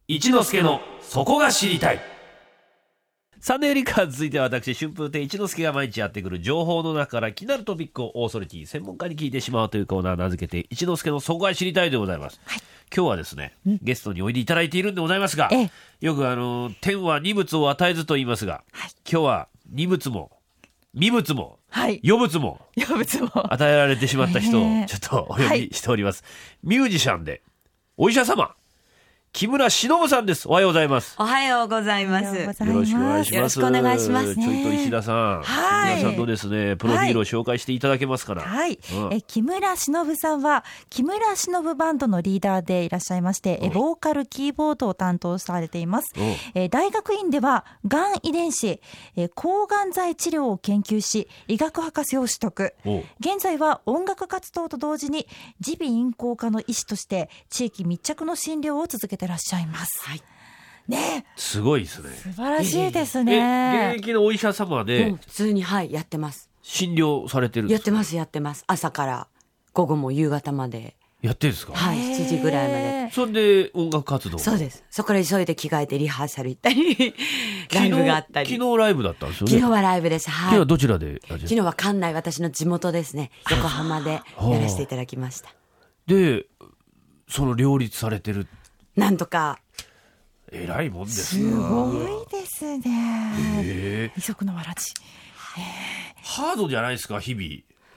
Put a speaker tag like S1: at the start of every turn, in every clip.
S1: 一之輔のそこが知りたい。サンデーリカー続いては私春風亭一之輔が毎日やってくる情報の中から気になるトピックをオーソリティ専門家に聞いてしまうというコーナー、名付けて一之輔のそこが知りたいでございます、はい、今日はですね、ゲストにおいでいただいているんでございますが、よく天は二物を与えずと言いますが、はい、今日は二物も未物も、はい、余物も与えられてしまった人をちょっとお呼びしております、ミュージシャンでお医者様木村忍さんです。おはようございます。
S2: おはようございます。よろしく
S1: お願いします。
S2: よろしくお願いしますね。
S1: ちょいと石田さん、はい、木村さんとですね、プロフィールを紹介していただけますから。
S3: はい。木村忍さんは木村忍バンドのリーダーでいらっしゃいまして、ボーカルキーボードを担当されています。大学院ではがん遺伝子、抗がん剤治療を研究し、医学博士を取得。現在は音楽活動と同時に耳鼻咽喉科の医師として地域密着の診療を続けていらっしゃいます。はい。ね、
S1: すごいですね。
S3: 素晴らしいですね。
S1: 現役のお医者様で、
S2: 普通にやってます。
S1: 診療されてるんですか？
S2: やってます。朝から午後も夕方まで
S1: やってるんですか？
S2: はい、7時ぐらいまで。
S1: それで音楽活動？
S2: そうです。そこから急いで着替えてリハーサル行ったりライブがあったり。
S1: 昨日ライブだったんですよね。
S2: 昨日はライブです。はい。
S1: 昨日はどちらで？
S2: 昨日は館内、私の地元ですね、横浜でやらせていただきました。
S1: でその両立されてる、
S2: なんとか
S1: 偉いもんです
S3: すごいですね。二足のわらじ。
S1: ハードじゃないですか日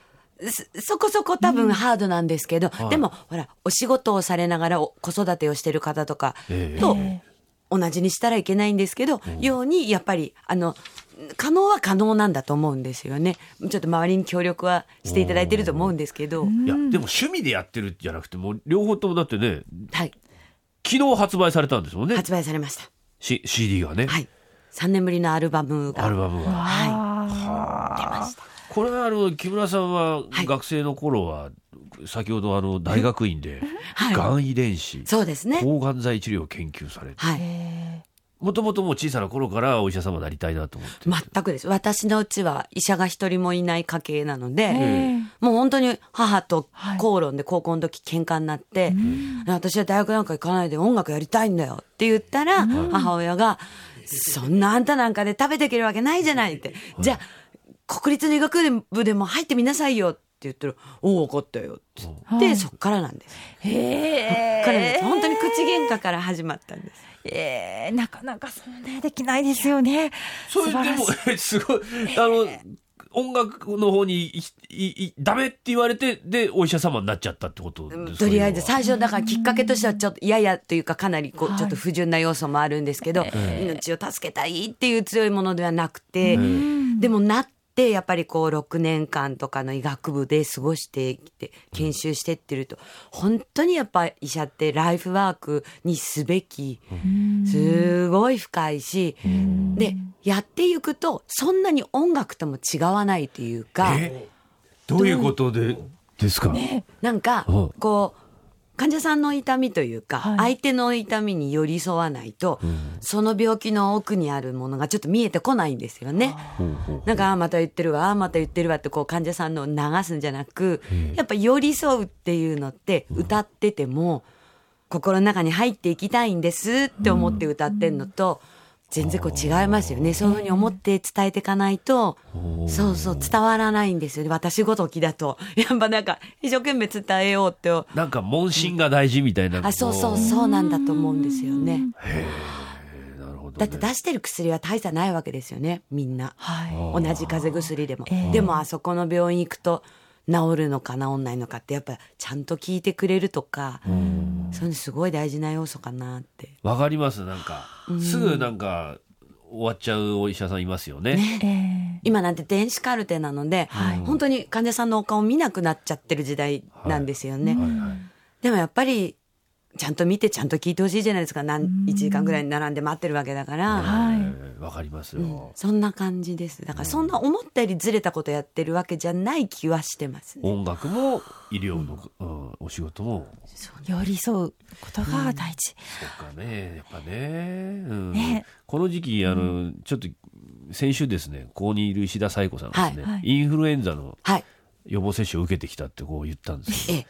S1: 々。
S2: そこそこ多分ハードなんですけど、でもほらお仕事をされながら子育てをしてる方とかと同じにしたらいけないんですけど、ようにやっぱり可能は可能なんだと思うんですよね。ちょっと周りに協力はしていただいてると思うんですけど、
S1: いやでも趣味でやってるじゃなくてもう両方ともだってね、
S2: はい、
S1: 昨日発売されたんですもんね。
S2: 発売されました。
S1: CD がね。
S2: はい。3年ぶりのアルバムが。
S1: はい。
S2: 出ました。
S1: これは木村さんは学生の頃は、先ほど大学院でがん遺伝子、
S2: そうですね、
S1: 抗がん剤治療を研究されて、もともともう小さな頃からお医者様になりたいなと思って。
S2: 全くです。私のうちは医者が一人もいない家系なので、もう本当に母と口論で高校の時喧嘩になって、私は大学なんか行かないで音楽やりたいんだよって言ったら、母親がそんなあんたなんかで食べていけるわけないじゃないって、じゃあ国立の医学部でも入ってみなさいよって言ったら、おお分かったよって言って、そっからなんです。そっからです。本当に口喧嘩から始まったんです。
S3: なかなかそんなできないですよね。
S1: それでもすごい音楽の方にダメって言われて、でお医者様になっちゃったってことですか？
S2: とりあえず最初だからきっかけとしてはちょっとややというかかなりちょっと不純な要素もあるんですけど、命を助けたいっていう強いものではなくて、でもなってやっぱり6年間とかの医学部で過ごしてきて研修してってると、本当にやっぱ医者ってライフワークにすべき、すごい深いし、でやっていくとそんなに音楽とも違わないというか、
S1: どういうことですか？
S2: なんか患者さんの痛みというか、相手の痛みに寄り添わないと、その病気の奥にあるものがちょっと見えてこないんですよね。なんかまた言ってるわまた言ってるわって患者さんのを流すんじゃなく、やっぱ寄り添うっていうのって歌ってても心の中に入っていきたいんですって思って歌ってんのと全然違いますよね。そういうふうに思って伝えていかないと、そう伝わらないんですよね。私ごときだとやっぱなんか一生懸命伝えようって
S1: なんか問診が大事みたいな、
S2: そうなんだと思うんですよね。
S1: なるほどね。
S2: だって出してる薬は大差ないわけですよね、みんな、同じ風邪薬でも、でもあそこの病院行くと治るのか治んないのかってやっぱちゃんと聞いてくれるとか、それすごい大事な要素かなって。
S1: わかります。なんかすぐなんか終わっちゃうお医者さんいますよね。
S2: 今なんて電子カルテなので、本当に患者さんのお顔見なくなっちゃってる時代なんですよね。でもやっぱりちゃんと見てちゃんと聞いてほしいじゃないですか。1時間ぐらい並んで待ってるわけだから。
S1: わかりますよ、
S2: そんな感じです。だからそんな思ったよりずれたことやってるわけじゃない気はしてます、ね、
S1: 音楽も医療の、お仕事も
S3: 寄り添うことが大事、
S1: そうかね、やっぱね、この時期ちょっと先週ですね、ここにいる石田紗友子さんですね、インフルエンザの予防接種を受けてきたって言ったんですよ、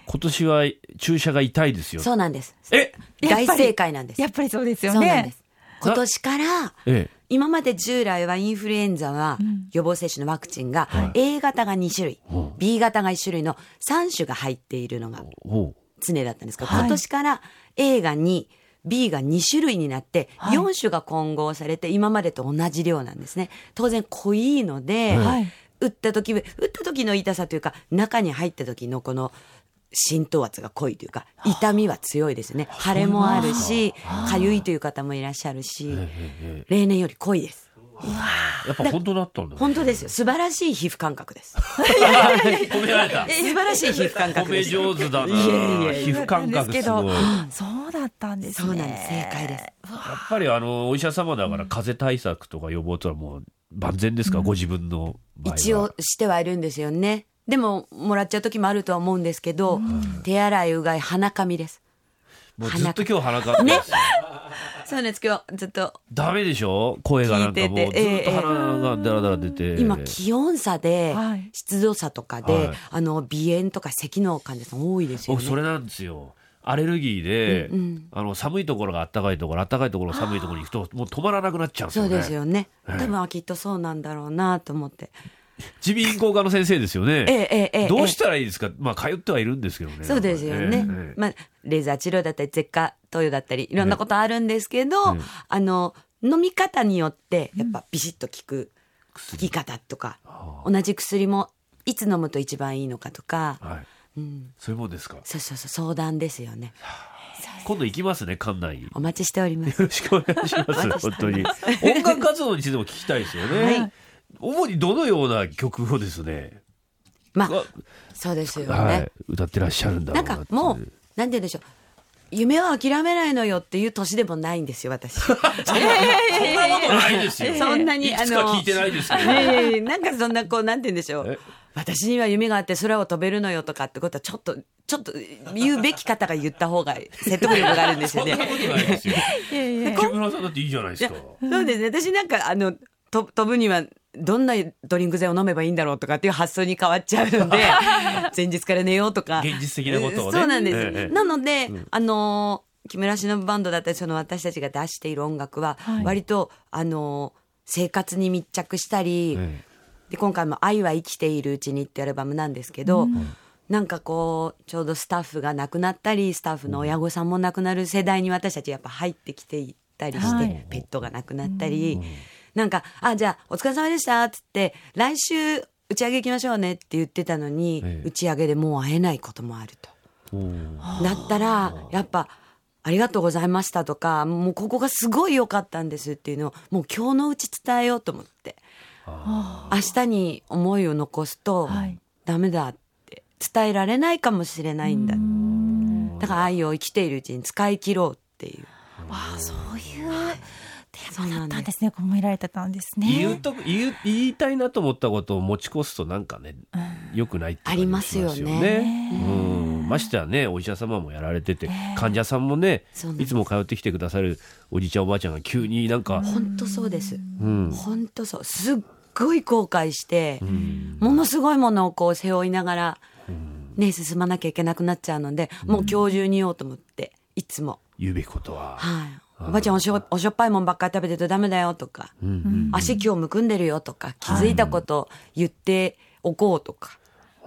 S1: 今年は注射が痛いですよ。
S2: そうなんです。
S1: え
S2: 大正解なんです。
S3: やっぱりそうですよね。
S2: そうなんです。今年から、
S1: ええ、
S2: 今まで従来はインフルエンザは予防接種のワクチンが A 型が2種類、B 型が1種類の3種が入っているのが常だったんですけど、今年から A が2、B が2種類になって4種が混合されて今までと同じ量なんですね。当然濃いので、打った時の痛さというか、中に入った時のこの浸透圧が濃いというか、痛みは強いですね。腫れもあるし、かゆいという方もいらっしゃるし、例年より濃いです。
S1: やっぱ本当だったんだ。
S2: 本当ですよ。素晴らしい皮膚感覚です。
S1: 褒められた。
S2: 素晴らしい皮膚感覚です。
S1: 褒め上手だな。皮膚感覚すごい。
S3: そうだったんですね。
S2: そうなんです。正解です。や
S1: っぱりお医者様だから風邪対策とか予防とはもう万全ですか、ご自分の場合は。
S2: 一応してはいるんですよね。でももらっちゃう時もあるとは思うんですけど、手洗いうがい、鼻かみです。
S1: もうずっと今日鼻かみですよ。
S2: そうです。今日ずっと
S1: ダメでしょ、声がなんかもうずっと鼻がダラダラ出て、
S2: 今気温差で、湿度差とかで、鼻炎とか咳の患者さん多いですよね。
S1: 僕それなんですよ。アレルギーで、寒いところが暖かいところ、暖かいところが寒いところに行くともう止まらなくなっちゃうんですよね。
S2: そうですよね。多分きっとそうなんだろうなと思って。
S1: 耳鼻咽喉科の先生ですよね。どうしたらいいですか。まあ通ってはいるんですけどね。
S2: そうですよね。まあレーザー治療だったり舌下投与だったりいろんなことあるんですけど、飲み方によってやっぱビシッと効く効き方とか、同じ薬もいつ飲むと一番いいのかとか、
S1: そういうもんですか。
S2: そう相談ですよね。
S1: 今度行きますね、館内。
S2: お待ちしております。
S1: よろしくお願いします。本当に音楽活動についても聞きたいですよね。主にどのような曲をですね、
S2: まあそうですよね、
S1: 歌ってらっしゃるんだろうな。
S2: なんかもうなんて言うんでしょう、夢を諦めないのよっていう年でもないんですよ、私。そんな
S1: ことないですよ。
S2: そんなに
S1: いつか聞いてないですけど。
S2: なんかそんなこうなんて言うんでしょう、私には夢があって空を飛べるのよとかってことはちょっと言うべき方が言った方が説得力があるんですよね。
S1: そんなことないですよ。木村さんだっていいじゃないですか。
S2: そうですね。私なんか飛ぶにはどんなドリンク剤を飲めばいいんだろうとかっていう発想に変わっちゃうので前日から寝ようとか
S1: 現実的なことをね。
S2: そうなんです、なので、木村忍バンドだったりその私たちが出している音楽は割と、生活に密着したり、で今回も愛は生きているうちにってアルバムなんですけど、なんかこうちょうどスタッフが亡くなったりスタッフの親御さんも亡くなる世代に私たちやっぱ入ってきていったりして、ペットが亡くなったり、なんかじゃあお疲れ様でしたっつって来週打ち上げ行きましょうねって言ってたのに、打ち上げでもう会えないこともあると。だったらやっぱありがとうございましたとか、もうここがすごい良かったんですっていうのをもう今日のうち伝えようと思って、明日に思いを残すとダメだって伝えられないかもしれないんだ。だから愛を生きているうちに使い切ろうっていう。
S3: そういうテーマだったんですね。込められてたんですね。
S1: 言いたいなと思ったことを持ち越すとなんかね、良くないって
S2: ありますよね。
S1: ましてはね、お医者様もやられてて、患者さんもね、いつも通ってきてくださるおじいちゃんおばあちゃんが急になんか
S2: 本当そうです、本当そう、すっごい後悔して、ものすごいものをこう背負いながら、ね、進まなきゃいけなくなっちゃうので、もう今日中に言おうと思っていつも
S1: 言うべきことは、
S2: おばあちゃんおしょっぱいもんばっかり食べてるとダメだよとか、足今日むくんでるよとか、気づいたこと言っておこうとか、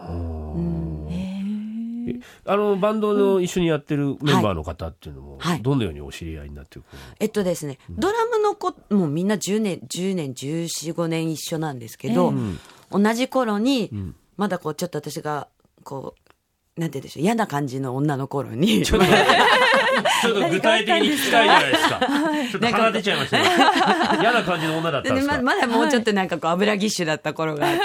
S1: バンドの一緒にやってるメンバーの方っていうのも、どのようにお知り合いになっていく
S2: ですね、ドラムの子もみんな10年14、15年一緒なんですけど、同じ頃に、まだこうちょっと私がこうなんて言うんでしょう、嫌な感じの女の頃に
S1: ちょっと具体的に聞きたいじゃないですか。ちょっと鼻出ちゃいましたよ。嫌な感じの女だったんですか。
S2: まだもうちょっとなんかこう油ぎっしゅだった頃があって、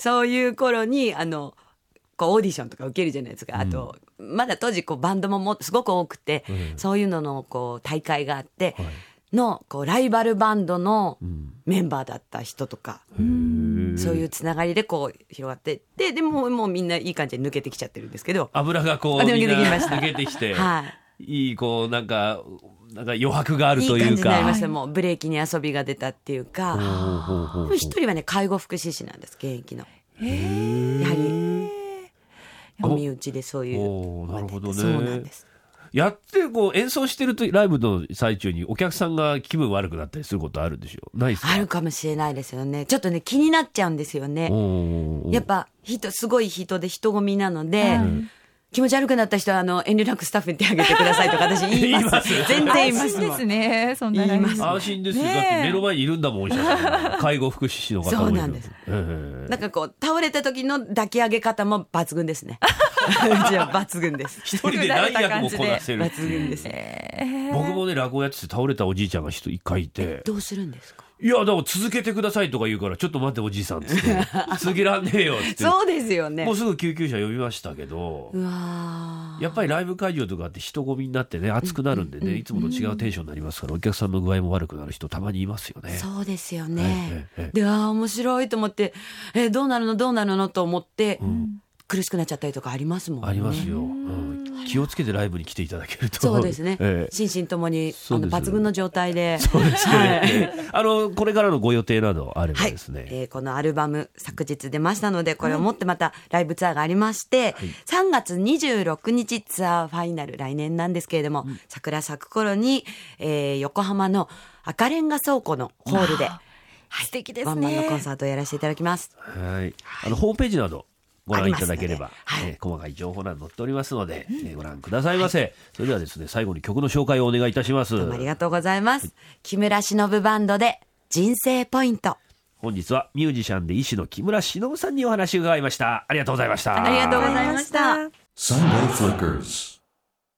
S2: そういう頃にこうオーディションとか受けるじゃないですか。あとまだ当時こうバンドもすごく多くて、そういうののこう大会があって、のこうライバルバンドのメンバーだった人とか、そういうつながりでこう広がって、でもうみんないい感じで抜けてきちゃってるんですけど、
S1: 油がこうみんな抜けてきて、いいこうなんか余白があるというか、いい感じに
S2: なりました。もうブレーキに遊びが出たっていうか、一人はね介護福祉士なんです、現役の。やはりお身内でそういう。
S1: なるほどね。
S2: そうなんです。
S1: やってこう演奏してるとライブの最中にお客さんが気分悪くなったりすることあるでしょ？ないですか？
S2: あるかもしれないですよね。ちょっとね気になっちゃうんですよね。やっぱすごい人で人混みなので、気持ち悪くなった人は遠慮なくスタッフに手挙げてくださいとか私言います。全然言います。
S3: 安心ですね。そんな
S2: 言います。
S1: 安心ですよ。だって目の前にいるんだもん、お医者さん。介護福祉士の方もいる。
S2: そうなんです。なんかこう倒れた時の抱き上げ方も抜群ですね。じゃあ抜群です。
S1: 一人で何役もこなせる。
S2: 抜群です。
S1: 僕もね落語やってて倒れたおじいちゃんが一回いて。
S2: どうするんですか？
S1: いやだから続けてくださいとか言うからちょっと待っておじいさんっつって続けらんねえよっつって
S2: そうですよね。
S1: もうすぐ救急車呼びましたけど、やっぱりライブ会場とかって人混みになってね熱くなるんでね、いつもと違うテンションになりますからお客さんの具合も悪くなる人たまにいますよね。
S2: そうですよね。で面白いと思ってどうなるのと思って、苦しくなっちゃったりとかありますもんね。
S1: ありますよ、気をつけてライブに来ていただけると。
S2: そうですね、心身ともに抜群の状態で。
S1: そうですね、これからのご予定などあればですね、
S2: このアルバム昨日出ましたのでこれをもってまたライブツアーがありまして、3月26日ツアーファイナル来年なんですけれども、桜咲く頃に、横浜の赤レンガ倉庫のホールで、
S3: 素敵ですね、
S2: ワンマンのコンサートをやらせていただきます。
S1: はい、ホームページなどご覧いただければ、細かい情報など載っておりますので、ご覧くださいませ。それではですね最後に曲の紹介をお願いいたします。
S2: どうもありがとうございます。木村忍バンドで人生ポイント。
S1: 本日はミュージシャンで医師の木村忍さんにお話を伺いました。ありがとうございました。
S2: ありがとうございました。
S4: Sunday Flickers